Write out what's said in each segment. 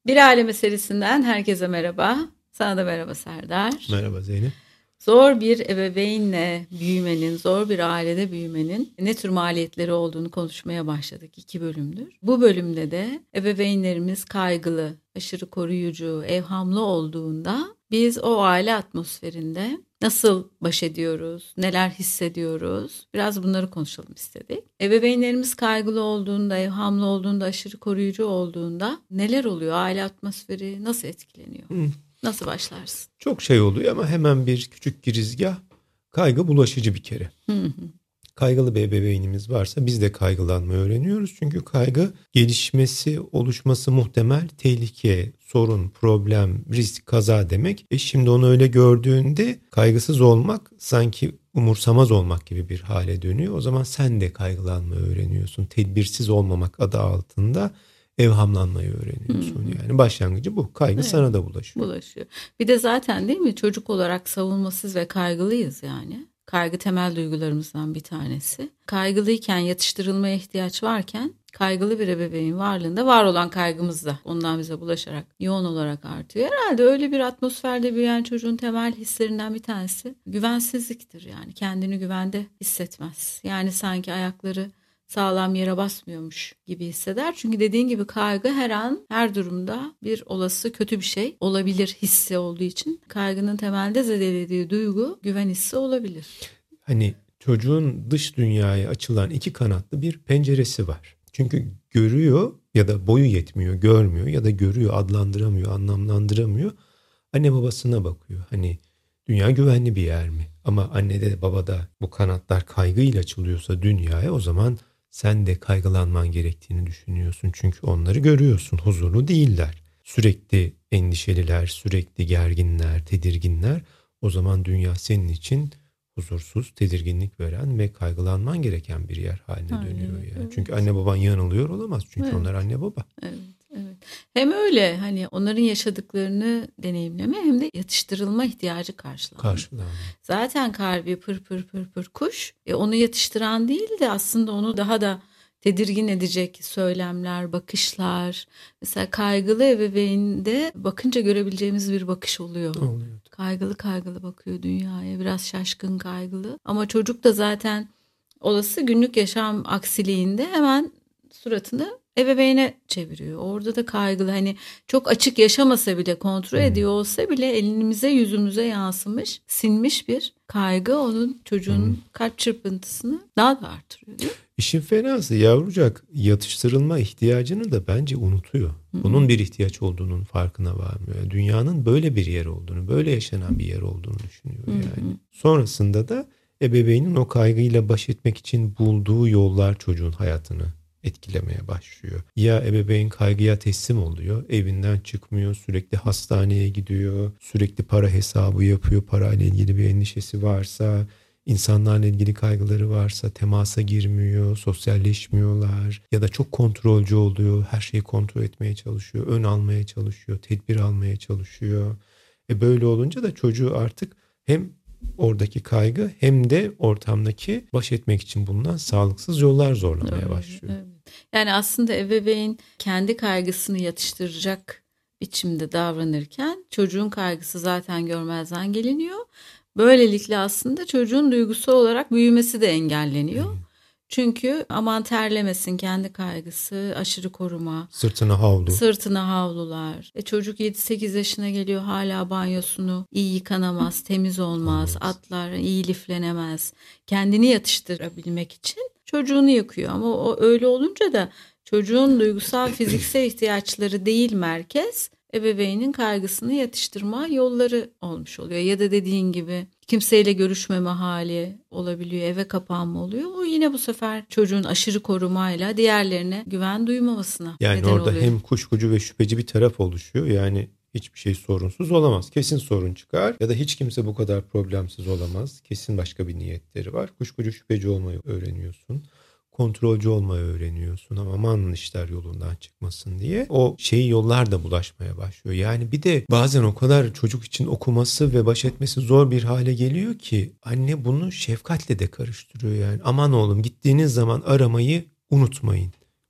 Bir Aile Meselesinden herkese merhaba. Sana da merhaba Serdar. Merhaba Zeynep. Zor bir ebeveynle büyümenin, zor bir ailede büyümenin ne tür maliyetleri olduğunu konuşmaya başladık 2 bölümdür. Bu bölümde de ebeveynlerimiz kaygılı, aşırı koruyucu, evhamlı olduğunda biz o aile atmosferinde nasıl baş ediyoruz, neler hissediyoruz? Biraz bunları konuşalım istedik. Ebeveynlerimiz kaygılı olduğunda, evhamlı olduğunda, aşırı koruyucu olduğunda neler oluyor? Aile atmosferi nasıl etkileniyor? Nasıl başlarsın? Çok şey oluyor ama hemen bir küçük girizgah. Kaygı bulaşıcı bir kere. Kaygılı bir ebeveynimiz varsa biz de kaygılanmayı öğreniyoruz. Çünkü kaygı gelişmesi, oluşması muhtemel tehlike, sorun, problem, risk, kaza demek. Şimdi onu öyle gördüğünde kaygısız olmak sanki umursamaz olmak gibi bir hale dönüyor. O zaman sen de kaygılanmayı öğreniyorsun. Tedbirsiz olmamak adı altında evhamlanmayı öğreniyorsun. Yani başlangıcı bu. Kaygı sana da bulaşıyor. Bir de zaten değil mi, çocuk olarak savunmasız ve kaygılıyız yani. Kaygı temel duygularımızdan bir tanesi. Kaygılıyken yatıştırılmaya ihtiyaç varken kaygılı bir ebeveyn varlığında var olan kaygımız da ondan bize bulaşarak yoğun olarak artıyor. Herhalde öyle bir atmosferde büyüyen çocuğun temel hislerinden bir tanesi güvensizliktir. Yani kendini güvende hissetmez. Yani sanki ayakları sağlam yere basmıyormuş gibi hisseder. Çünkü dediğin gibi kaygı her an, her durumda bir olası kötü bir şey olabilir hissi olduğu için kaygının temelde zedelediği duygu güven hissi olabilir. Hani çocuğun dış dünyaya açılan 2 kanatlı bir penceresi var. Çünkü görüyor ya da boyu yetmiyor, görmüyor ya da görüyor, adlandıramıyor, anlamlandıramıyor. Anne babasına bakıyor. Hani dünya güvenli bir yer mi? Ama annede de babada bu kanatlar kaygıyla açılıyorsa dünyaya, o zaman sen de kaygılanman gerektiğini düşünüyorsun. Çünkü onları görüyorsun, huzurlu değiller. Sürekli endişeliler, sürekli gerginler, tedirginler. O zaman dünya senin için huzursuz, tedirginlik veren ve kaygılanman gereken bir yer haline dönüyor yani. Evet. Çünkü anne baban yanılıyor olamaz. Çünkü onlar anne baba. Evet. Hem öyle hani onların yaşadıklarını deneyimleme hem de yatıştırılma ihtiyacı karşılanma. Zaten kalbi pır pır pır pır kuş. Onu yatıştıran değil de aslında onu daha da tedirgin edecek söylemler, bakışlar. Mesela kaygılı ebeveynde bakınca görebileceğimiz bir bakış oluyor. Kaygılı kaygılı bakıyor dünyaya, biraz şaşkın kaygılı. Ama çocuk da zaten olası günlük yaşam aksiliğinde hemen suratını ebeveyne çeviriyor. Orada da kaygılı, hani çok açık yaşamasa bile, kontrol ediyor olsa bile elimize yüzümüze yansımış, sinmiş bir kaygı onun, çocuğun kalp çırpıntısını daha da artırıyor değil mi? İşin fenası yavrucak yatıştırılma ihtiyacını da bence unutuyor. Bunun bir ihtiyaç olduğunun farkına varmıyor. Dünyanın böyle bir yer olduğunu, böyle yaşanan bir yer olduğunu düşünüyor yani. Sonrasında da ebeveynin o kaygıyla baş etmek için bulduğu yollar çocuğun hayatını etkilemeye başlıyor. Ya ebeveyn kaygıya teslim oluyor, evinden çıkmıyor, sürekli hastaneye gidiyor, sürekli para hesabı yapıyor, parayla ilgili bir endişesi varsa, insanlarla ilgili kaygıları varsa temasa girmiyor, sosyalleşmiyorlar ya da çok kontrolcü oluyor, her şeyi kontrol etmeye çalışıyor, ön almaya çalışıyor, tedbir almaya çalışıyor. Böyle olunca da çocuğu artık hem oradaki kaygı hem de ortamdaki baş etmek için bulunan sağlıksız yollar zorlamaya başlıyor. Evet. Yani aslında ebeveyn kendi kaygısını yatıştıracak biçimde davranırken çocuğun kaygısı zaten görmezden geliniyor. Böylelikle aslında çocuğun duygusal olarak büyümesi de engelleniyor. Çünkü aman terlemesin, kendi kaygısı, aşırı koruma. Sırtına havlular. Çocuk 7-8 yaşına geliyor, hala banyosunu iyi yıkanamaz, temiz olmaz, atlar iyi liflenemez. Kendini yatıştırabilmek için çocuğunu yıkıyor. Ama o öyle olunca da çocuğun duygusal, fiziksel ihtiyaçları değil merkez, ebeveynin kaygısını yatıştırma yolları olmuş oluyor. Ya da dediğin gibi kimseyle görüşmeme hali olabiliyor, eve kapanma oluyor. O yine bu sefer çocuğun aşırı korumayla diğerlerine güven duymamasına yani neden oluyor. Orada hem kuşkucu ve şüpheci bir taraf oluşuyor. Yani hiçbir şey sorunsuz olamaz. Kesin sorun çıkar ya da hiç kimse bu kadar problemsiz olamaz. Kesin başka bir niyetleri var. Kuşkucu şüpheci olmayı öğreniyorsun. Kontrolcü olmayı öğreniyorsun ama aman işler yolundan çıkmasın diye. O yollar da bulaşmaya başlıyor. Yani bir de bazen o kadar çocuk için okuması ve baş etmesi zor bir hale geliyor ki anne bunu şefkatle de karıştırıyor yani. Aman oğlum, gittiğiniz zaman aramayı unutmayın.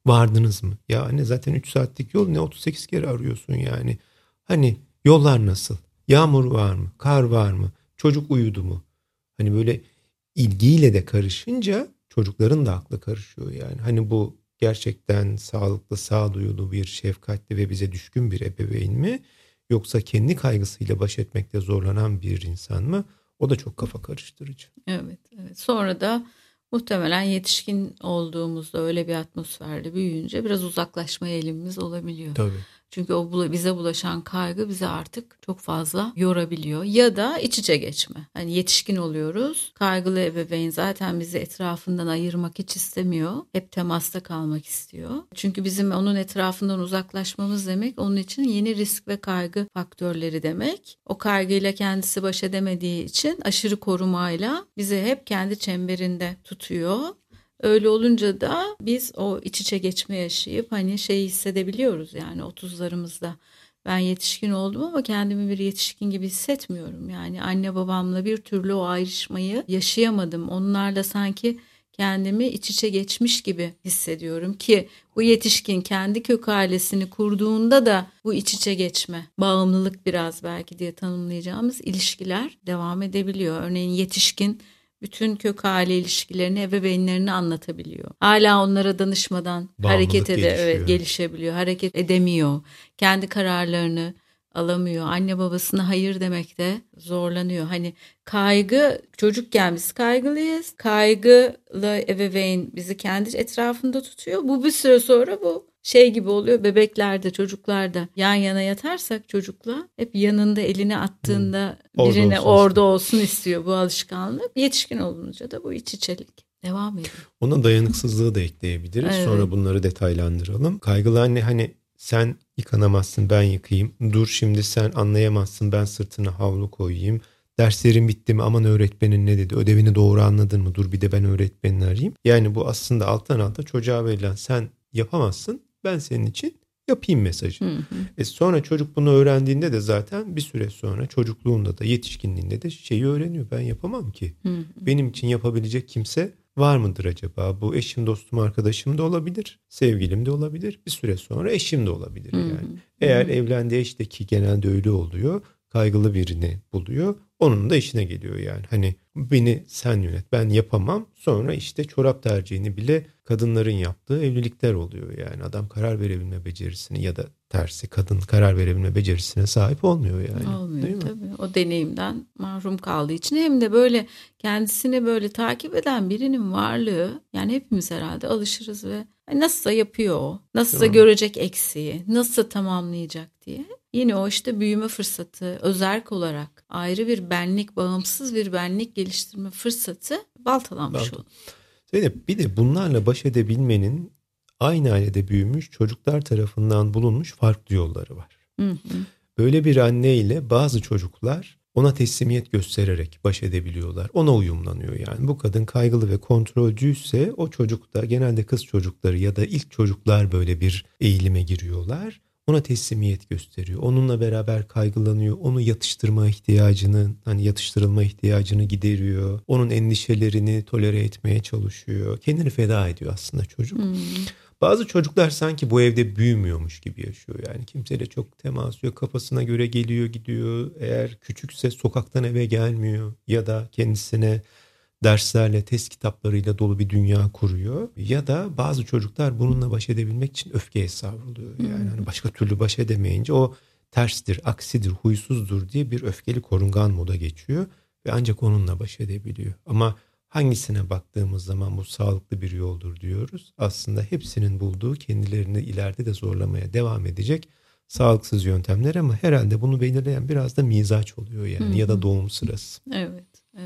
Vardınız mı? Ya anne zaten 3 saatlik yol, ne 38 kere arıyorsun yani. Hani yollar nasıl? Yağmur var mı? Kar var mı? Çocuk uyudu mu? Hani böyle ilgiyle de karışınca çocukların da aklı karışıyor yani. Hani bu gerçekten sağlıklı, sağduyulu bir, şefkatli ve bize düşkün bir ebeveyn mi? Yoksa kendi kaygısıyla baş etmekte zorlanan bir insan mı? O da çok kafa karıştırıcı. Evet, evet. Sonra da muhtemelen yetişkin olduğumuzda öyle bir atmosferde büyüyünce biraz uzaklaşma eğilimimiz olabiliyor. Tabii. Çünkü o bize bulaşan kaygı bizi artık çok fazla yorabiliyor. Ya da iç içe geçme. Hani yetişkin oluyoruz. Kaygılı ebeveyn zaten bizi etrafından ayırmak hiç istemiyor. Hep temasta kalmak istiyor. Çünkü bizim onun etrafından uzaklaşmamız demek onun için yeni risk ve kaygı faktörleri demek. O kaygıyla kendisi baş edemediği için aşırı korumayla bizi hep kendi çemberinde tutuyor. Öyle olunca da biz o iç içe geçme yaşayıp hani şeyi hissedebiliyoruz yani 30'larımızda. Ben yetişkin oldum ama kendimi bir yetişkin gibi hissetmiyorum. Yani anne babamla bir türlü o ayrışmayı yaşayamadım. Onlarla sanki kendimi iç içe geçmiş gibi hissediyorum ki bu yetişkin kendi kök ailesini kurduğunda da bu iç içe geçme, bağımlılık biraz belki diye tanımlayacağımız ilişkiler devam edebiliyor. Örneğin yetişkin bütün kök aile ilişkilerini ebeveynlerine anlatabiliyor. Hala onlara danışmadan hareket gelişebiliyor. Hareket edemiyor. Kendi kararlarını alamıyor. Anne babasına hayır demekte zorlanıyor. Hani kaygı, çocukken biz kaygılıyız. Kaygılı ebeveyn bizi kendi etrafında tutuyor. Bu bir süre sonra bu şey gibi oluyor. Bebeklerde, çocuklarda yan yana yatarsak çocukla hep yanında elini attığında birine orada olsun istiyor bu alışkanlık. Yetişkin olunca da bu iç içelik devam ediyor. Ona dayanıksızlığı da ekleyebiliriz. Evet. Sonra bunları detaylandıralım. Kaygılı anne hani sen yıkanamazsın ben yıkayayım. Dur şimdi sen anlayamazsın ben sırtına havlu koyayım. Derslerin bitti mi aman öğretmenin ne dedi, ödevini doğru anladın mı, dur bir de ben öğretmenini arayayım. Yani bu aslında alttan alta çocuğa verilen sen yapamazsın ben senin için yapayım mesajı. Sonra çocuk bunu öğrendiğinde de zaten bir süre sonra çocukluğunda da yetişkinliğinde de şeyi öğreniyor. Ben yapamam ki. Benim için yapabilecek kimse var mıdır acaba? Bu eşim, dostum, arkadaşım da olabilir. Sevgilim de olabilir. Bir süre sonra eşim de olabilir yani. Eğer evlendiği eş de ki genelde öyle oluyor. Kaygılı birini buluyor. Onun da işine geliyor yani. Hani beni sen yönet ben yapamam. Sonra işte çorap tercihini bile kadınların yaptığı evlilikler oluyor yani. Adam karar verebilme becerisini ya da tersi kadın karar verebilme becerisine sahip olmuyor yani. Olmuyor değil mi? Tabii. O deneyimden mahrum kaldığı için hem de böyle kendisini böyle takip eden birinin varlığı yani hepimiz herhalde alışırız ve nasılsa yapıyor o. Nasılsa görecek eksiği, nasıl tamamlayacak diye. Yine o işte büyüme fırsatı, özerk olarak ayrı bir benlik, bağımsız bir benlik geliştirme fırsatı baltalanmış oldu. Bir de bunlarla baş edebilmenin aynı ailede büyümüş çocuklar tarafından bulunmuş farklı yolları var. Böyle bir anneyle bazı çocuklar ona teslimiyet göstererek baş edebiliyorlar. Ona uyumlanıyor yani. Bu kadın kaygılı ve kontrolcüyse o çocuk da genelde kız çocukları ya da ilk çocuklar böyle bir eğilime giriyorlar. Ona teslimiyet gösteriyor. Onunla beraber kaygılanıyor. Onu yatıştırma ihtiyacını, hani yatıştırılma ihtiyacını gideriyor. Onun endişelerini tolere etmeye çalışıyor. Kendini feda ediyor aslında çocuk. Bazı çocuklar sanki bu evde büyümüyormuş gibi yaşıyor. Yani kimseyle çok temas yok. Kafasına göre geliyor gidiyor. Eğer küçükse sokaktan eve gelmiyor. Ya da kendisine derslerle, test kitaplarıyla dolu bir dünya kuruyor. Ya da bazı çocuklar bununla baş edebilmek için öfkeye savruluyor. Yani hani başka türlü baş edemeyince o terstir, aksidir, huysuzdur diye bir öfkeli korungan moda geçiyor. Ve ancak onunla baş edebiliyor. Ama hangisine baktığımız zaman bu sağlıklı bir yoldur diyoruz. Aslında hepsinin bulduğu kendilerini ileride de zorlamaya devam edecek sağlıksız yöntemler ama herhalde bunu belirleyen biraz da mizaç oluyor yani ya da doğum sırası. Evet.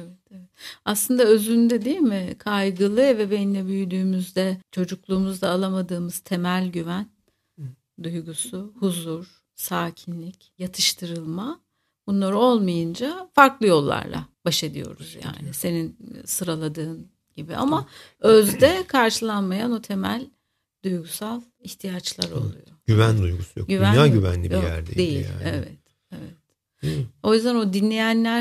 Aslında özünde değil mi? Kaygılı ebeveynle büyüdüğümüzde çocukluğumuzda alamadığımız temel güven duygusu, huzur, sakinlik, yatıştırılma bunlar olmayınca farklı yollarla baş ediyoruz yani. Senin sıraladığın gibi ama özde karşılanmayan o temel duygusal ihtiyaçlar oluyor. Güven duygusu yok. Dünya güvenli bir yer değil. Yani. Evet. O yüzden o dinleyenler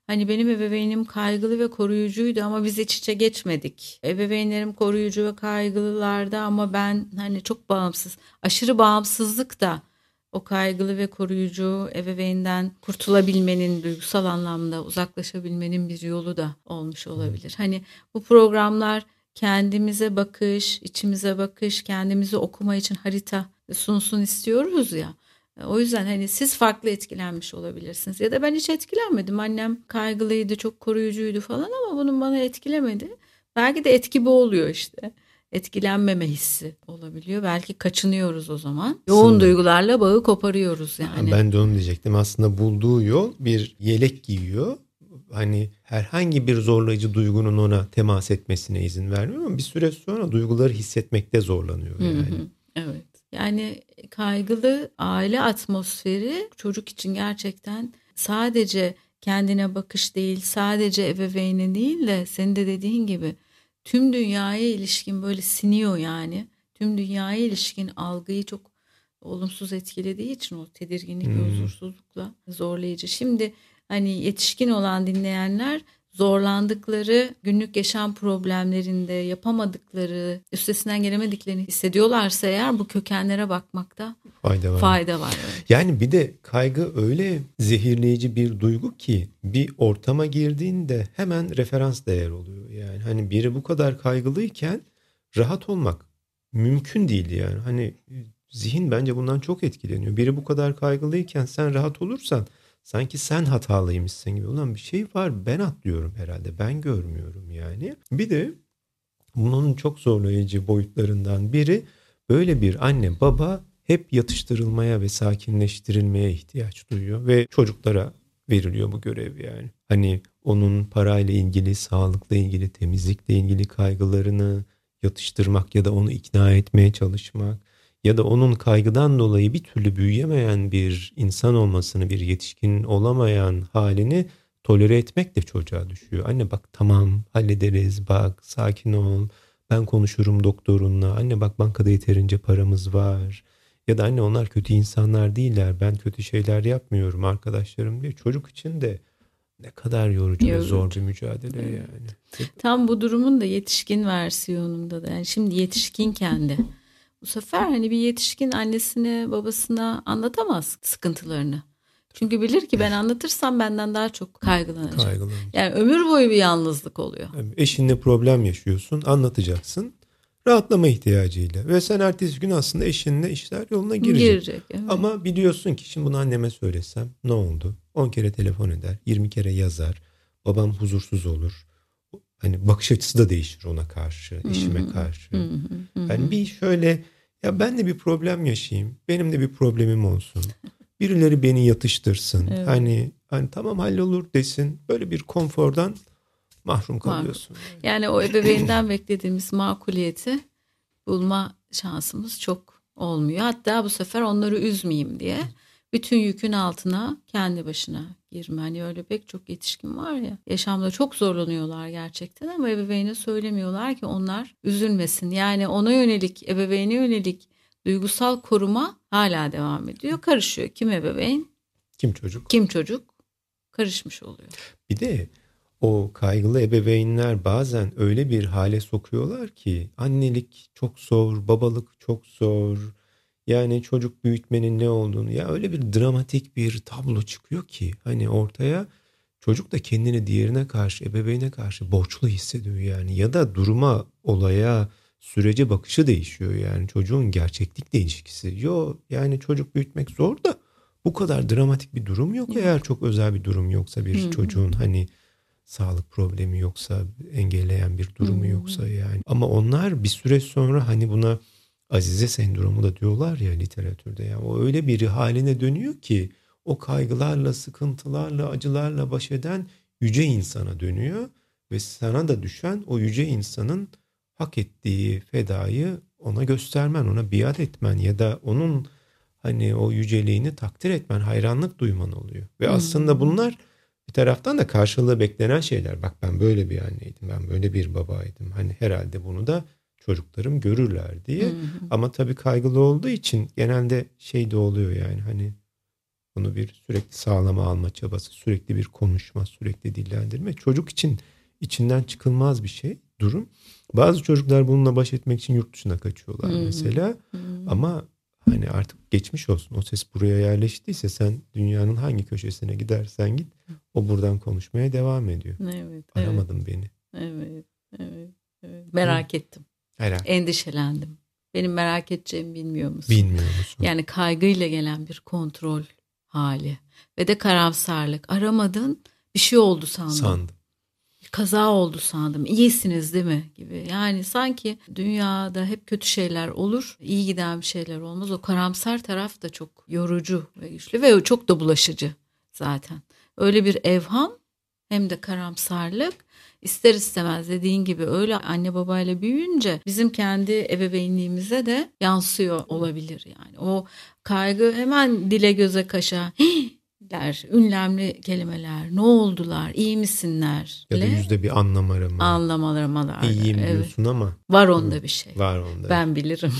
Hani benim ebeveynim kaygılı ve koruyucuydu ama biz iç içe geçmedik. Ebeveynlerim koruyucu ve kaygılılardı ama ben hani çok bağımsız, aşırı bağımsızlık da o kaygılı ve koruyucu ebeveynden kurtulabilmenin, duygusal anlamda uzaklaşabilmenin bir yolu da olmuş olabilir. Hani bu programlar kendimize bakış, içimize bakış, kendimizi okuma için harita sunsun istiyoruz ya. O yüzden hani siz farklı etkilenmiş olabilirsiniz. Ya da ben hiç etkilenmedim. Annem kaygılıydı, çok koruyucuydu falan ama bunun bana etkilemedi. Belki de etki bu oluyor işte. Etkilenmeme hissi olabiliyor. Belki kaçınıyoruz o zaman. Yoğun duygularla bağı koparıyoruz yani. Ben de onu diyecektim. Aslında bulduğu yol bir yelek giyiyor. Hani herhangi bir zorlayıcı duygunun ona temas etmesine izin vermiyor ama bir süre sonra duyguları hissetmekte zorlanıyor yani. Evet. Yani kaygılı aile atmosferi çocuk için gerçekten sadece kendine bakış değil, sadece ebeveyne değil de senin de dediğin gibi tüm dünyaya ilişkin böyle siniyor yani. Tüm dünyaya ilişkin algıyı çok olumsuz etkilediği için o tedirginlik ve huzursuzlukla zorlayıcı. Şimdi hani yetişkin olan dinleyenler zorlandıkları günlük yaşam problemlerinde yapamadıkları, üstesinden gelemediklerini hissediyorlarsa eğer bu kökenlere bakmakta fayda var. Evet. Yani bir de kaygı öyle zehirleyici bir duygu ki bir ortama girdiğinde hemen referans değer oluyor. Yani hani biri bu kadar kaygılıyken rahat olmak mümkün değil yani. Hani zihin bence bundan çok etkileniyor. Biri bu kadar kaygılıyken sen rahat olursan sanki sen hatalıymışsın gibi. Ulan bir şey var, ben atlıyorum herhalde, ben görmüyorum yani. Bir de bunun çok zorlayıcı boyutlarından biri, böyle bir anne baba hep yatıştırılmaya ve sakinleştirilmeye ihtiyaç duyuyor ve çocuklara veriliyor bu görev yani. Hani onun parayla ilgili, sağlıkla ilgili, temizlikle ilgili kaygılarını yatıştırmak ya da onu ikna etmeye çalışmak ya da onun kaygıdan dolayı bir türlü büyüyemeyen bir insan olmasını, bir yetişkin olamayan halini tolere etmek de çocuğa düşüyor. Anne bak tamam hallederiz, bak sakin ol, ben konuşurum doktorunla, anne bak bankada yeterince paramız var. Ya da anne onlar kötü insanlar değiller, ben kötü şeyler yapmıyorum arkadaşlarım diye. Çocuk için de ne kadar yorucu ve zor bir mücadele yani. Tam bu durumun da yetişkin versiyonunda da yani şimdi yetişkinken de bu sefer hani bir yetişkin annesine babasına anlatamaz sıkıntılarını. Çünkü bilir ki ben anlatırsam benden daha çok kaygılanacak. Yani ömür boyu bir yalnızlık oluyor. Yani eşinle problem yaşıyorsun, anlatacaksın. Rahatlama ihtiyacıyla. Ve sen ertesi gün aslında eşinle işler yoluna girecek. Evet. Ama biliyorsun ki şimdi bunu anneme söylesem ne oldu? 10 kere telefon eder, 20 kere yazar. Babam huzursuz olur. Hani bakış açısı da değişir ona karşı, eşime karşı. Yani bir şöyle, ya ben de bir problem yaşayayım, benim de bir problemim olsun. Birileri beni yatıştırsın. Evet. Hani tamam hallolur desin. Böyle bir konfordan mahrum kalıyorsun. Yani o ebeveynden beklediğimiz makuliyeti bulma şansımız çok olmuyor. Hatta bu sefer onları üzmeyeyim diye bütün yükün altına kendi başına girme. Hani öyle pek çok yetişkin var ya, yaşamda çok zorlanıyorlar gerçekten ama ebeveyne söylemiyorlar ki onlar üzülmesin. Yani ona yönelik, ebeveyne yönelik duygusal koruma hala devam ediyor. Karışıyor. Kim ebeveyn? Kim çocuk? Kim çocuk? Karışmış oluyor. Bir de o kaygılı ebeveynler bazen öyle bir hale sokuyorlar ki annelik çok zor, babalık çok zor. Yani çocuk büyütmenin ne olduğunu, ya öyle bir dramatik bir tablo çıkıyor ki hani ortaya, çocuk da kendini diğerine karşı, ebeveyne karşı borçlu hissediyor yani. Ya da duruma, olaya, sürece bakışı değişiyor yani, çocuğun gerçeklikle ilişkisi. Yani çocuk büyütmek zor da bu kadar dramatik bir durum yok. Eğer çok özel bir durum yoksa, bir çocuğun hani sağlık problemi yoksa, engelleyen bir durumu yoksa yani. Ama onlar bir süre sonra hani buna Azize sendromu da diyorlar ya literatürde, yani o öyle bir haline dönüyor ki o kaygılarla, sıkıntılarla, acılarla baş eden yüce insana dönüyor ve sana da düşen o yüce insanın hak ettiği fedayı ona göstermen, ona biat etmen ya da onun hani o yüceliğini takdir etmen, hayranlık duyman oluyor. Ve aslında bunlar bir taraftan da karşılığı beklenen şeyler. Bak ben böyle bir anneydim, ben böyle bir babaydım. Hani herhalde bunu da çocuklarım görürler diye. Ama tabii kaygılı olduğu için genelde şey de oluyor yani, hani Bunu bir sürekli sağlama alma çabası, sürekli bir konuşma, sürekli dillendirme. Çocuk için içinden çıkılmaz bir şey, durum. Bazı çocuklar bununla baş etmek için yurt dışına kaçıyorlar mesela. Ama hani artık geçmiş olsun. O ses buraya yerleştiyse sen dünyanın hangi köşesine gidersen git, o buradan konuşmaya devam ediyor. Evet, Aramadın beni. Evet. Merak ettim. Herhalde. Endişelendim. Benim merak edeceğimi bilmiyor musun? Bilmiyor musun? Yani kaygıyla gelen bir kontrol hali ve de karamsarlık. Aramadın, bir şey oldu sandım. Kaza oldu sandım. İyisiniz değil mi gibi. Yani sanki dünyada hep kötü şeyler olur, iyi giden bir şeyler olmaz. O karamsar taraf da çok yorucu ve güçlü ve çok da bulaşıcı zaten. Öyle bir evham hem de karamsarlık ister istemez dediğin gibi öyle anne babayla büyüyünce bizim kendi ebeveynliğimize de yansıyor olabilir yani. O kaygı hemen dile göze kaşa der, ünlemli kelimeler, ne oldular, iyi misinler? Ya da yüzde bir anlam arama. Anlam aramalar. İyiyim diyorsun ama. Var onda bir şey. Var onda. Ben bilirim.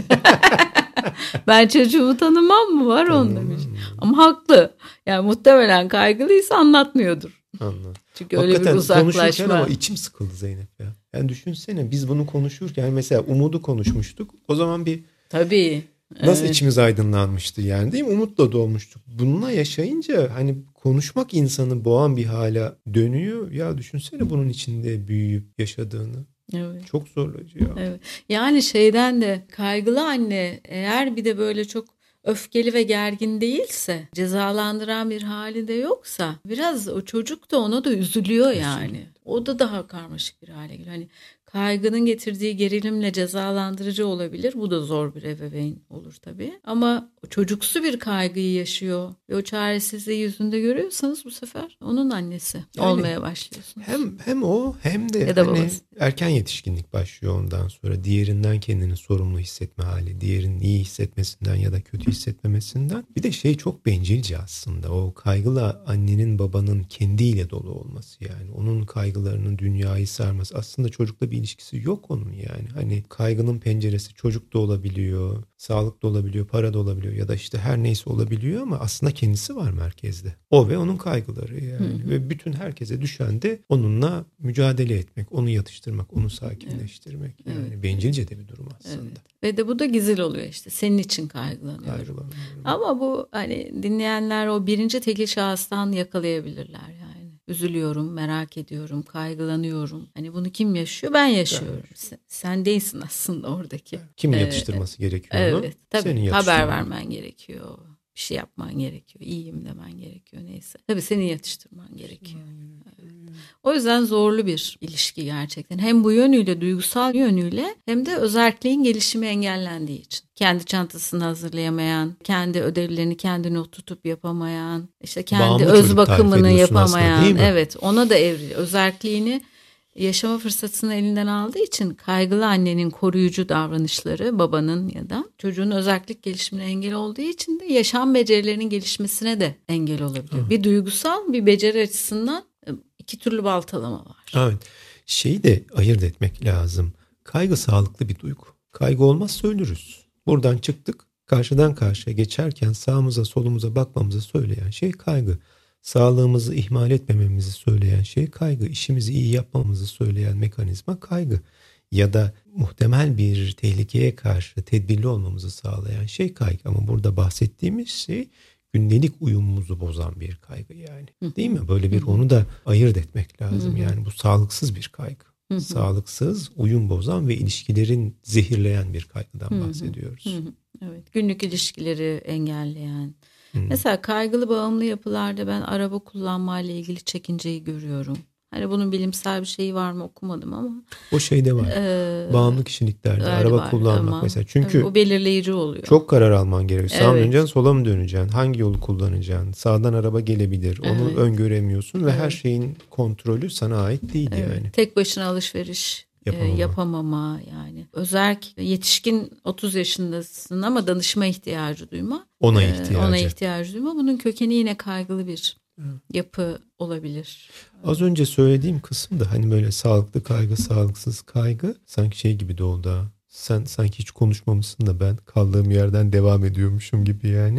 Ben çocuğumu tanımam mı? Var onda bir şey. Ama haklı. Yani muhtemelen kaygılıysa anlatmıyordur. Anladım. Çünkü öyle bir uzaklaşma. Ama içim sıkıldı Zeynep ya. Yani düşünsene biz bunu konuşurken mesela Umut'u konuşmuştuk. O zaman bir tabii. Nasıl içimiz aydınlanmıştı yani, değil mi? Umutla dolmuştuk. Bununla yaşayınca hani konuşmak insanı boğan bir hale dönüyor. Ya düşünsene bunun içinde büyüyüp yaşadığını. Evet. Çok zorlayıcı ya. Evet. Yani şeyden de kaygılı anne eğer bir de böyle çok öfkeli ve gergin değilse, cezalandıran bir hali de yoksa biraz o çocuk da ona da üzülüyor yani. O da daha karmaşık bir hale geliyor. Hani kaygının getirdiği gerilimle cezalandırıcı olabilir. Bu da zor bir ebeveyn olur tabii. Ama çocuksu bir kaygıyı yaşıyor ve o çaresizliği yüzünde görüyorsanız bu sefer onun annesi yani, olmaya başlıyorsunuz. Hem o hem de hani erken yetişkinlik başlıyor ondan sonra. Diğerinden kendini sorumlu hissetme hali. Diğerinin iyi hissetmesinden ya da kötü hissetmemesinden. Bir de çok bencilce aslında. O kaygılı annenin babanın kendiyle dolu olması yani. Onun kaygılarının dünyayı sarması. Aslında çocukla bir ilişkisi yok onun yani. Hani kaygının penceresi çocuk da olabiliyor, sağlık da olabiliyor, para da olabiliyor ya da işte her neyse olabiliyor ama aslında kendisi var merkezde. O ve onun kaygıları yani. Ve bütün herkese düşen de onunla mücadele etmek, onu yatıştırmak, onu sakinleştirmek. Yani evet. Bencilce de bir durum aslında. Evet. Ve de bu da gizil oluyor işte. Senin için kaygılanıyorum. Ama bu hani dinleyenler o birinci tekil şahıstan yakalayabilirler yani. Üzülüyorum, merak ediyorum, kaygılanıyorum. Hani bunu kim yaşıyor? Ben yaşıyorum. Sen değilsin aslında oradaki. Kim yatıştırması gerekiyor onu? Evet, tabii. Senin haber vermen gerekiyor. Bir şey yapman gerekiyor. İyiyim demen gerekiyor neyse. Tabii senin yatıştırman gerekiyor. Evet. O yüzden zorlu bir ilişki gerçekten. Hem bu yönüyle, duygusal yönüyle hem de özerkliğin gelişimi engellendiği için. Kendi çantasını hazırlayamayan, kendi ödevlerini kendi not tutup yapamayan, işte kendi öz bakımını yapamayan. Aslında, evet, ona da evriliyor. Özerkliğini yaşama fırsatını elinden aldığı için kaygılı annenin koruyucu davranışları babanın ya da çocuğun özerklik gelişimine engel olduğu için de yaşam becerilerinin gelişmesine de engel olabiliyor. Evet. Bir duygusal bir beceri açısından iki türlü baltalama var. Evet. Şeyi de ayırt etmek lazım. Kaygı sağlıklı bir duygu. Kaygı olmazsa ölürüz. Buradan çıktık. Karşıdan karşıya geçerken sağımıza solumuza bakmamızı söyleyen şey kaygı. Sağlığımızı ihmal etmememizi söyleyen şey kaygı. İşimizi iyi yapmamızı söyleyen mekanizma kaygı. Ya da muhtemel bir tehlikeye karşı tedbirli olmamızı sağlayan şey kaygı. Ama burada bahsettiğimiz şey gündelik uyumumuzu bozan bir kaygı yani. Değil mi? Böyle bir onu da ayırt etmek lazım. Yani bu sağlıksız bir kaygı. Sağlıksız, uyum bozan ve ilişkilerin zehirleyen bir kaygıdan bahsediyoruz. Evet, günlük ilişkileri engelleyen. Mesela kaygılı bağımlı yapılarda ben araba kullanmayla ilgili çekinceyi görüyorum. Hani bunun bilimsel bir şeyi var mı okumadım ama. O şeyde var. Bağımlı kişiliklerde araba var, kullanmak ama, mesela. Çünkü o belirleyici oluyor. Çok karar alman gerekiyor. Sağa mı döneceksin, sola mı döneceksin? Hangi yolu kullanacaksın? Sağdan araba gelebilir. Onu öngöremiyorsun ve her şeyin kontrolü sana ait değil yani. Tek başına alışveriş yapamama yani. Özellikle yetişkin 30 yaşındasın ama danışma ihtiyacı duyma. Ona ihtiyacı duyma. Bunun kökeni yine kaygılı bir yapı olabilir. Az önce söylediğim kısım da hani böyle sağlıklı kaygı, sağlıksız kaygı sanki şey gibi de oldu ha. Sen sanki hiç konuşmamışsın da ben kaldığım yerden devam ediyormuşum gibi yani.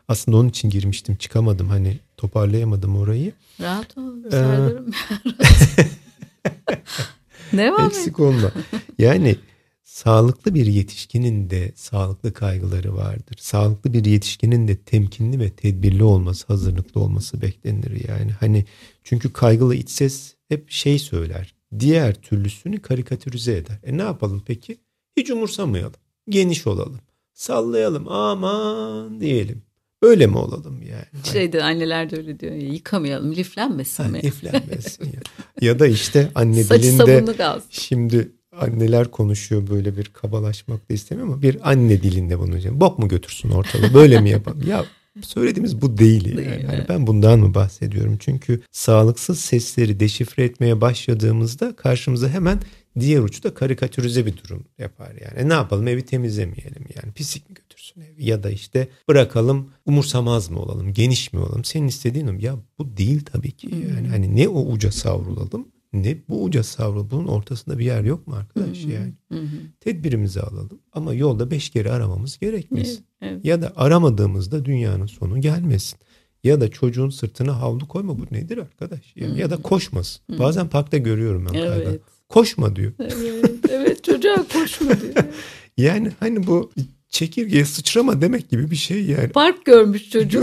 Aslında onun için girmiştim, çıkamadım, hani toparlayamadım orayı. Rahat ol Serdar'ım. Devam et. Eksik olma. Yani sağlıklı bir yetişkinin de sağlıklı kaygıları vardır. Sağlıklı bir yetişkinin de temkinli ve tedbirli olması, hazırlıklı olması beklenir yani. Hani çünkü kaygılı iç ses hep şey söyler. Diğer türlüsünü karikatürize eder. Ne yapalım peki? Hiç umursamayalım. Geniş olalım. Sallayalım. Aman diyelim. Öyle mi olalım yani? Şeyde anneler de öyle diyor ya, yıkamayalım, liflenmesin mi? Liflenmesin ya. Ya da işte anne saçı dilinde sabunlu kalsın. Şimdi anneler konuşuyor, böyle bir kabalaşmak da istemiyorum ama bir anne dilinde bunu diyeceğim. Bok mu götürsün ortalığı, böyle mi yapalım? Ya söylediğimiz bu değil yani. Hani ben bundan mı bahsediyorum? Çünkü sağlıksız sesleri deşifre etmeye başladığımızda karşımıza hemen diğer uçta karikatürize bir durum yapar yani. Ne yapalım, evi temizlemeyelim yani, pislik mi götürsün evi, ya da işte bırakalım, umursamaz mı olalım, geniş mi olalım, senin istediğin o. Ya bu değil tabii ki yani. Hani ne o uca savrulalım ne bu uca savrulalım, bunun ortasında bir yer yok mu arkadaş yani? Tedbirimizi alalım ama yolda 5 kere aramamız gerekmesin. Evet. Ya da aramadığımızda dünyanın sonu gelmesin. Ya da çocuğun sırtına havlu koyma, bu nedir arkadaş? Ya da koşmasın. Bazen parkta görüyorum ben kaygı. Evet. Koşma diyor. Evet çocuğa koşma diyor. Yani hani bu çekirgeye sıçrama demek gibi bir şey yani. Park görmüş çocuk.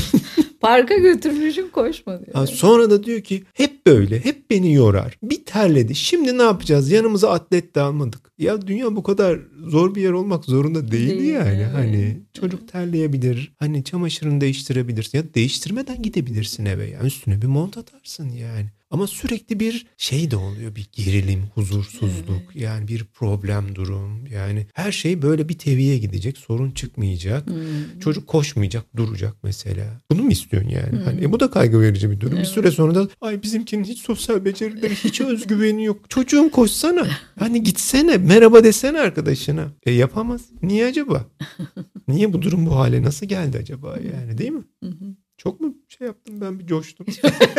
Parka götürmüşüm, koşma diyor. Sonra da diyor ki hep böyle, hep beni yorar. Bir terledi. Şimdi ne yapacağız? Yanımıza atlet de almadık. Ya dünya bu kadar zor bir yer olmak zorunda değil yani. Evet. Hani çocuk terleyebilir. Hani çamaşırını değiştirebilirsin. Ya değiştirmeden gidebilirsin eve. Yani üstüne bir mont atarsın yani. Ama sürekli bir şey de oluyor. Bir gerilim, huzursuzluk, yani bir problem durum. Yani her şey böyle bir teviye gidecek. Sorun çıkmayacak. Çocuk koşmayacak, duracak mesela. Bunu mu istiyorsun yani? Hani bu da kaygı verici bir durum. Evet. Bir süre sonra da ay bizimkinin hiç sosyal becerileri, hiç özgüveni yok. Çocuğum koşsana. Hani gitsene, merhaba desene arkadaşına. Yapamaz. Niye acaba? Niye bu durum bu hale nasıl geldi acaba yani, değil mi? Çok mu şey yaptım, ben bir coştum.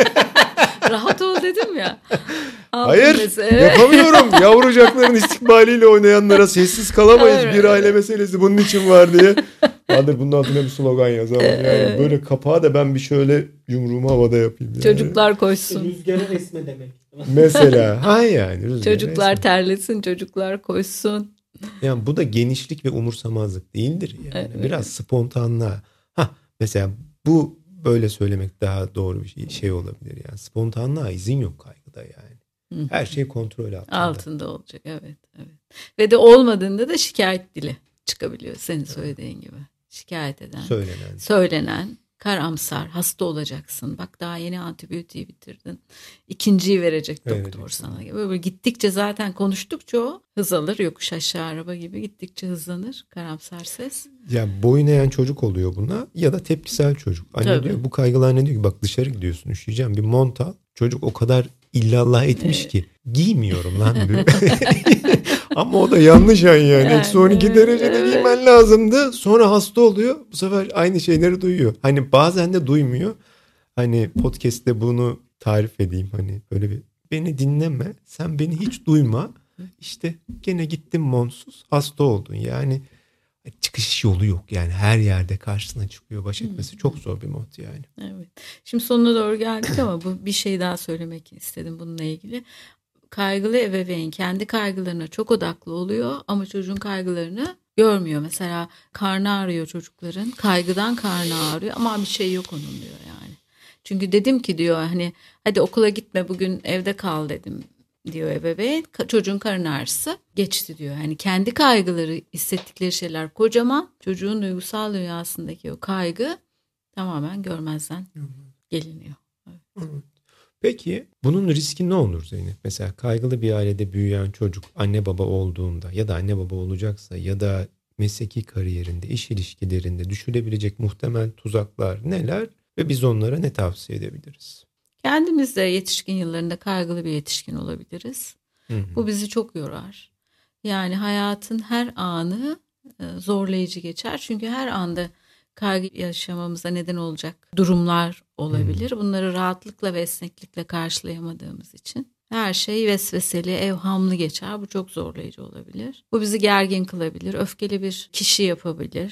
Rahat ol dedim ya. Hayır, yapamıyorum. Yavrucakların istikbaliyle oynayanlara sessiz kalamayız. Evet. Bir aile meselesi bunun için var diye. Bahadır bunun altına bir slogan yazalım. Yani böyle kapağı da ben bir şöyle yumruğumu havada yapayım. Yani. Çocuklar koşsun. Rüzgara esme demek. Mesela. Ha yani. Çocuklar esme. terlesin, çocuklar koşsun. Yani bu da genişlik ve umursamazlık değildir yani. Evet. Biraz spontanlığa. Mesela bu böyle söylemek daha doğru bir şey olabilir yani. Spontanlığa izin yok kaygıda yani. Her şey kontrol altında olacak. Evet. Ve de olmadığında da şikayet dili çıkabiliyor senin söylediğin gibi. Şikayet eden, söylenen, karamsar, hasta olacaksın. Bak daha yeni antibiyotiği bitirdin. İkinciyi verecek doktor sana gibi. Böyle gittikçe zaten konuştukça o hız alır. Yokuş aşağı araba gibi gittikçe hızlanır. Karamsar ses. Ya boyun eğen çocuk oluyor buna ya da tepkisel çocuk. Anne diyor, bu kaygılar ne diyor ki, bak dışarı gidiyorsun, üşüyeceğim, bir mont al. Çocuk o kadar illallah etmiş ki giymiyorum lan diyor. Ama o da yanlış yani. Eksi 12 derecede giymen lazımdı. Sonra hasta oluyor. Bu sefer aynı şeyleri duyuyor. Hani bazen de duymuyor. Hani podcast'te bunu tarif edeyim. Hani böyle bir, beni dinleme. Sen beni hiç duyma. İşte gene gittin montsuz. Hasta oldun. Yani çıkış yolu yok. Yani her yerde karşısına çıkıyor. Baş etmesi çok zor bir mod yani. Evet. Şimdi sonuna doğru geldik ama bu bir şey daha söylemek istedim bununla ilgili. Kaygılı ebeveyn kendi kaygılarına çok odaklı oluyor ama çocuğun kaygılarını görmüyor. Mesela karnı ağrıyor çocukların. Kaygıdan karnı ağrıyor ama bir şey yok onun diyor yani. Çünkü dedim ki diyor hani hadi okula gitme bugün evde kal dedim diyor ebeveyn. Çocuğun karın ağrısı geçti diyor. Yani kendi kaygıları, hissettikleri şeyler kocaman. Çocuğun duygusal dünyasındaki o kaygı tamamen görmezden geliniyor. Evet. Peki bunun riski ne olur Zeynep? Mesela kaygılı bir ailede büyüyen çocuk anne baba olduğunda ya da anne baba olacaksa ya da mesleki kariyerinde, iş ilişkilerinde düşülebilecek muhtemel tuzaklar neler ve biz onlara ne tavsiye edebiliriz? Kendimiz de yetişkin yıllarında kaygılı bir yetişkin olabiliriz. Bu bizi çok yorar. Yani hayatın her anı zorlayıcı geçer. Çünkü her anda kaygı yaşamamıza neden olacak durumlar olabilir. Bunları rahatlıkla ve esneklikle karşılayamadığımız için her şey vesveseli, evhamlı geçer. Bu çok zorlayıcı olabilir. Bu bizi gergin kılabilir, öfkeli bir kişi yapabilir.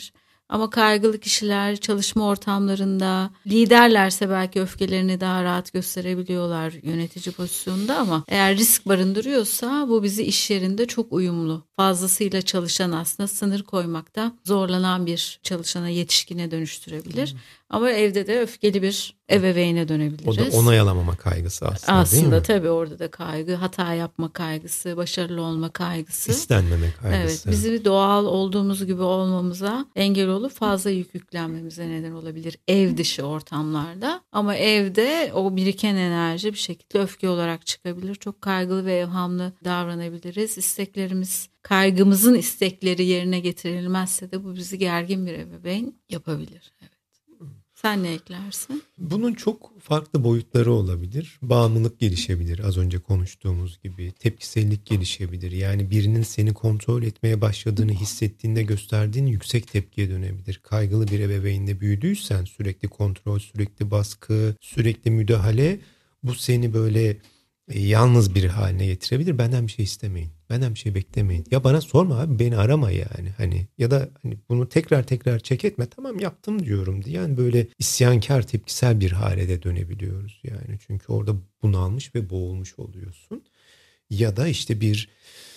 Ama kaygılı kişiler çalışma ortamlarında liderlerse belki öfkelerini daha rahat gösterebiliyorlar yönetici pozisyonunda, ama eğer risk barındırıyorsa bu bizi iş yerinde çok uyumlu, fazlasıyla çalışan, aslında sınır koymakta zorlanan bir çalışana, yetişkine dönüştürebilir. Ama evde de öfkeli bir ebeveyne dönebiliriz. O da onaylamama kaygısı aslında değil mi? Tabii orada da kaygı, hata yapma kaygısı, başarılı olma kaygısı. İstenmeme kaygısı. Evet, bizi doğal olduğumuz gibi olmamıza engel olup fazla yük yüklenmemize neden olabilir ev dışı ortamlarda. Ama evde o biriken enerji bir şekilde öfke olarak çıkabilir. Çok kaygılı ve evhamlı davranabiliriz. İsteklerimiz, kaygımızın istekleri yerine getirilmezse de bu bizi gergin bir ebeveyn yapabilir. Evet. Sen ne eklersin? Bunun çok farklı boyutları olabilir. Bağımlılık gelişebilir, az önce konuştuğumuz gibi. Tepkisellik gelişebilir. Yani birinin seni kontrol etmeye başladığını hissettiğinde gösterdiğin yüksek tepkiye dönebilir. Kaygılı bir ebeveynle büyüdüysen sürekli kontrol, sürekli baskı, sürekli müdahale, bu seni böyle yalnız bir haline getirebilir. Benden bir şey istemeyin. Benden bir şey beklemeyin. Ya bana sorma abi, beni arama yani. Hani ya da hani bunu tekrar çek etme. Tamam yaptım diyorum diye. Yani böyle isyankar, tepkisel bir hale de dönebiliyoruz yani. Çünkü orada bunalmış ve boğulmuş oluyorsun. Ya da işte bir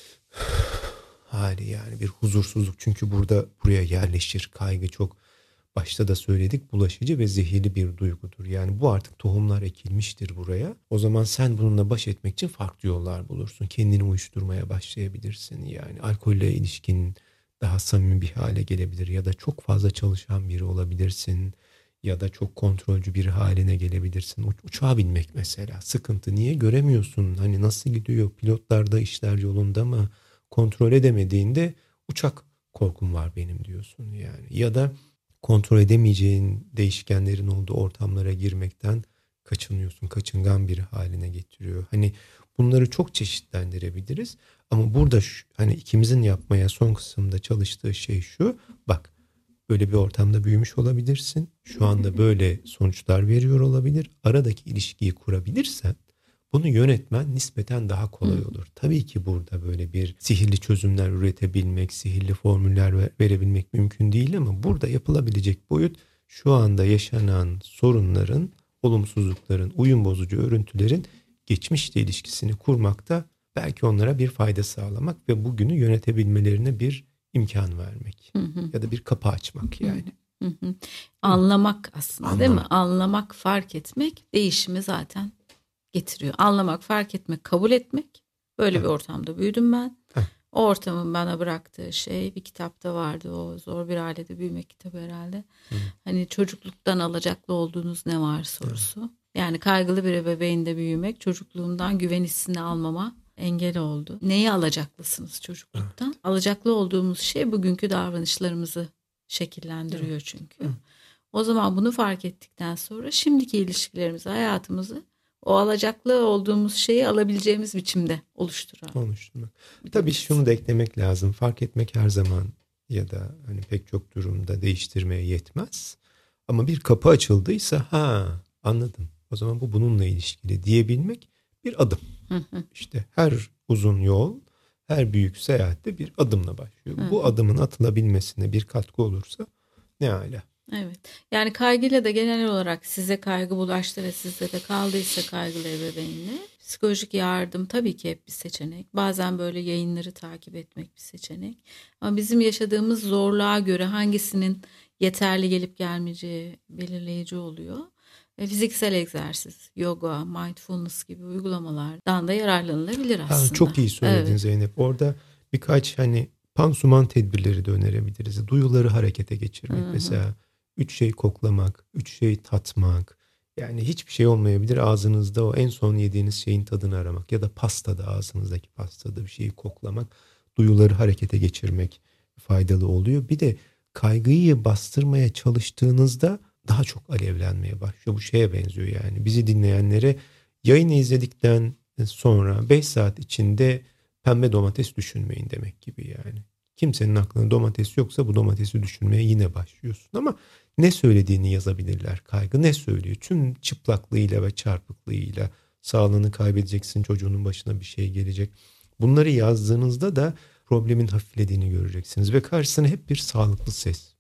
hali, yani bir huzursuzluk. Çünkü buraya yerleşir. Kaygı çok, başta da söyledik, bulaşıcı ve zehirli bir duygudur. Yani bu artık tohumlar ekilmiştir buraya. O zaman sen bununla baş etmek için farklı yollar bulursun. Kendini uyuşturmaya başlayabilirsin. Yani alkolle ilişkin daha samimi bir hale gelebilir. Ya da çok fazla çalışan biri olabilirsin. Ya da çok kontrolcü bir haline gelebilirsin. Uçağa binmek mesela sıkıntı. Niye göremiyorsun? Hani nasıl gidiyor? Pilotlarda işler yolunda mı? Kontrol edemediğinde uçak korkum var benim diyorsun yani. Ya da kontrol edemeyeceğin değişkenlerin olduğu ortamlara girmekten kaçınıyorsun. Kaçıngan bir haline getiriyor. Hani bunları çok çeşitlendirebiliriz. Ama burada hani ikimizin yapmaya son kısımda çalıştığı şey şu. Bak, böyle bir ortamda büyümüş olabilirsin. Şu anda böyle sonuçlar veriyor olabilir. Aradaki ilişkiyi kurabilirsen bunu yönetmen nispeten daha kolay olur. Tabii ki burada böyle bir sihirli çözümler üretebilmek, sihirli formüller verebilmek mümkün değil, ama burada yapılabilecek boyut şu anda yaşanan sorunların, olumsuzlukların, uyum bozucu örüntülerin geçmişle ilişkisini kurmakta, belki onlara bir fayda sağlamak ve bugünü yönetebilmelerine bir imkan vermek. Ya da bir kapı açmak yani. Anlamak aslında değil mi? Anlamak, fark etmek değişimi zaten getiriyor. Anlamak, fark etmek, kabul etmek. Böyle bir ortamda büyüdüm ben. O ortamın bana bıraktığı şey bir kitapta vardı. O Zor Bir Ailede Büyümek kitabı herhalde. Hani çocukluktan alacaklı olduğunuz ne var sorusu. Yani kaygılı bir ebeveynde büyümek çocukluğumdan güven hissini almama engel oldu. Neyi alacaklısınız çocukluktan? Alacaklı olduğumuz şey bugünkü davranışlarımızı şekillendiriyor çünkü. O zaman bunu fark ettikten sonra şimdiki ilişkilerimizi, hayatımızı o alacaklı olduğumuz şeyi alabileceğimiz biçimde oluşturmak. Tabii şunu da eklemek lazım. Fark etmek her zaman ya da hani pek çok durumda değiştirmeye yetmez. Ama bir kapı açıldıysa anladım. O zaman bu bununla ilişkili diyebilmek bir adım. İşte her uzun yol, her büyük seyahatte bir adımla başlıyor. Bu adımın atılabilmesine bir katkı olursa ne âlâ. Evet. Yani kaygıyla da genel olarak size kaygı bulaştı ve sizde de kaldıysa kaygılı ebeveynle psikolojik yardım tabii ki hep bir seçenek. Bazen böyle yayınları takip etmek bir seçenek. Ama bizim yaşadığımız zorluğa göre hangisinin yeterli gelip gelmeyeceği belirleyici oluyor. Fiziksel egzersiz, yoga, mindfulness gibi uygulamalardan da yararlanılabilir aslında. Çok iyi söyledin Zeynep. Orada birkaç hani pansuman tedbirleri de önerebiliriz. Duyuları harekete geçirmek mesela. 3 şey koklamak, 3 şey tatmak. Yani hiçbir şey olmayabilir ağzınızda, o en son yediğiniz şeyin tadını aramak. Ya da pastada, ağzınızdaki pastada bir şeyi koklamak. Duyuları harekete geçirmek faydalı oluyor. Bir de kaygıyı bastırmaya çalıştığınızda daha çok alevlenmeye başlıyor. Bu şeye benziyor yani. Bizi dinleyenlere yayını izledikten sonra 5 saat içinde pembe domates düşünmeyin demek gibi yani. Kimsenin aklına domates yoksa bu domatesi düşünmeye yine başlıyorsun. Ama ne söylediğini yazabilirler. Kaygı ne söylüyor? Tüm çıplaklığıyla ve çarpıklığıyla sağlığını kaybedeceksin, çocuğunun başına bir şey gelecek. Bunları yazdığınızda da problemin hafiflediğini göreceksiniz. Ve karşısına hep bir sağlıklı ses,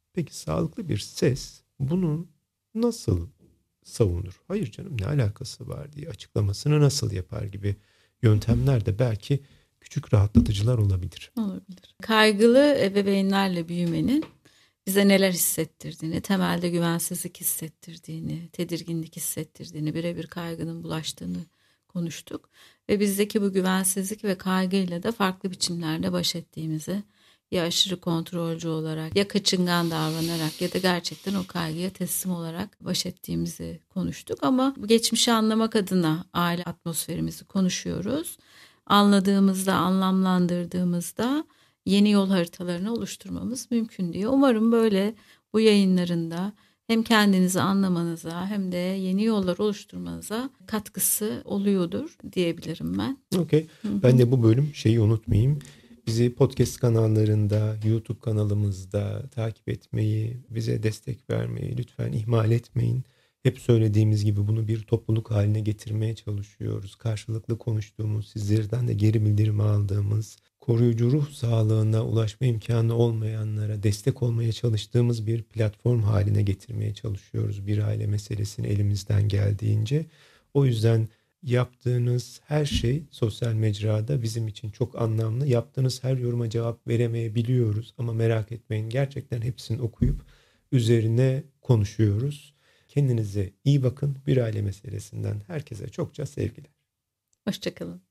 Peki sağlıklı bir ses bunu nasıl savunur? Hayır canım, ne alakası var diye açıklamasını nasıl yapar gibi yöntemler de belki küçük rahatlatıcılar olabilir. Olabilir. Kaygılı ebeveynlerle büyümenin bize neler hissettirdiğini, temelde güvensizlik hissettirdiğini, tedirginlik hissettirdiğini, birebir kaygının bulaştığını konuştuk. Ve bizdeki bu güvensizlik ve kaygıyla da farklı biçimlerde baş ettiğimizi, ya aşırı kontrolcü olarak, ya kaçıngan davranarak ya da gerçekten o kaygıya teslim olarak baş ettiğimizi konuştuk. Ama bu geçmişi anlamak adına aile atmosferimizi konuşuyoruz. Anladığımızda, anlamlandırdığımızda yeni yol haritalarını oluşturmamız mümkün diye. Umarım böyle bu yayınlarında hem kendinizi anlamanıza hem de yeni yollar oluşturmanıza katkısı oluyordur diyebilirim ben. Okey. Ben de bu bölüm şeyi unutmayayım. Bizi podcast kanallarında, YouTube kanalımızda takip etmeyi, bize destek vermeyi lütfen ihmal etmeyin. Hep söylediğimiz gibi bunu bir topluluk haline getirmeye çalışıyoruz. Karşılıklı konuştuğumuz, sizlerden de geri bildirim aldığımız, koruyucu ruh sağlığına ulaşma imkanı olmayanlara destek olmaya çalıştığımız bir platform haline getirmeye çalışıyoruz. Bir aile meselesini elimizden geldiğince. O yüzden yaptığınız her şey sosyal mecrada bizim için çok anlamlı. Yaptığınız her yoruma cevap veremeyebiliyoruz ama merak etmeyin, gerçekten hepsini okuyup üzerine konuşuyoruz. Kendinize iyi bakın. Bir aile meselesinden herkese çokça sevgiler. Hoşça kalın.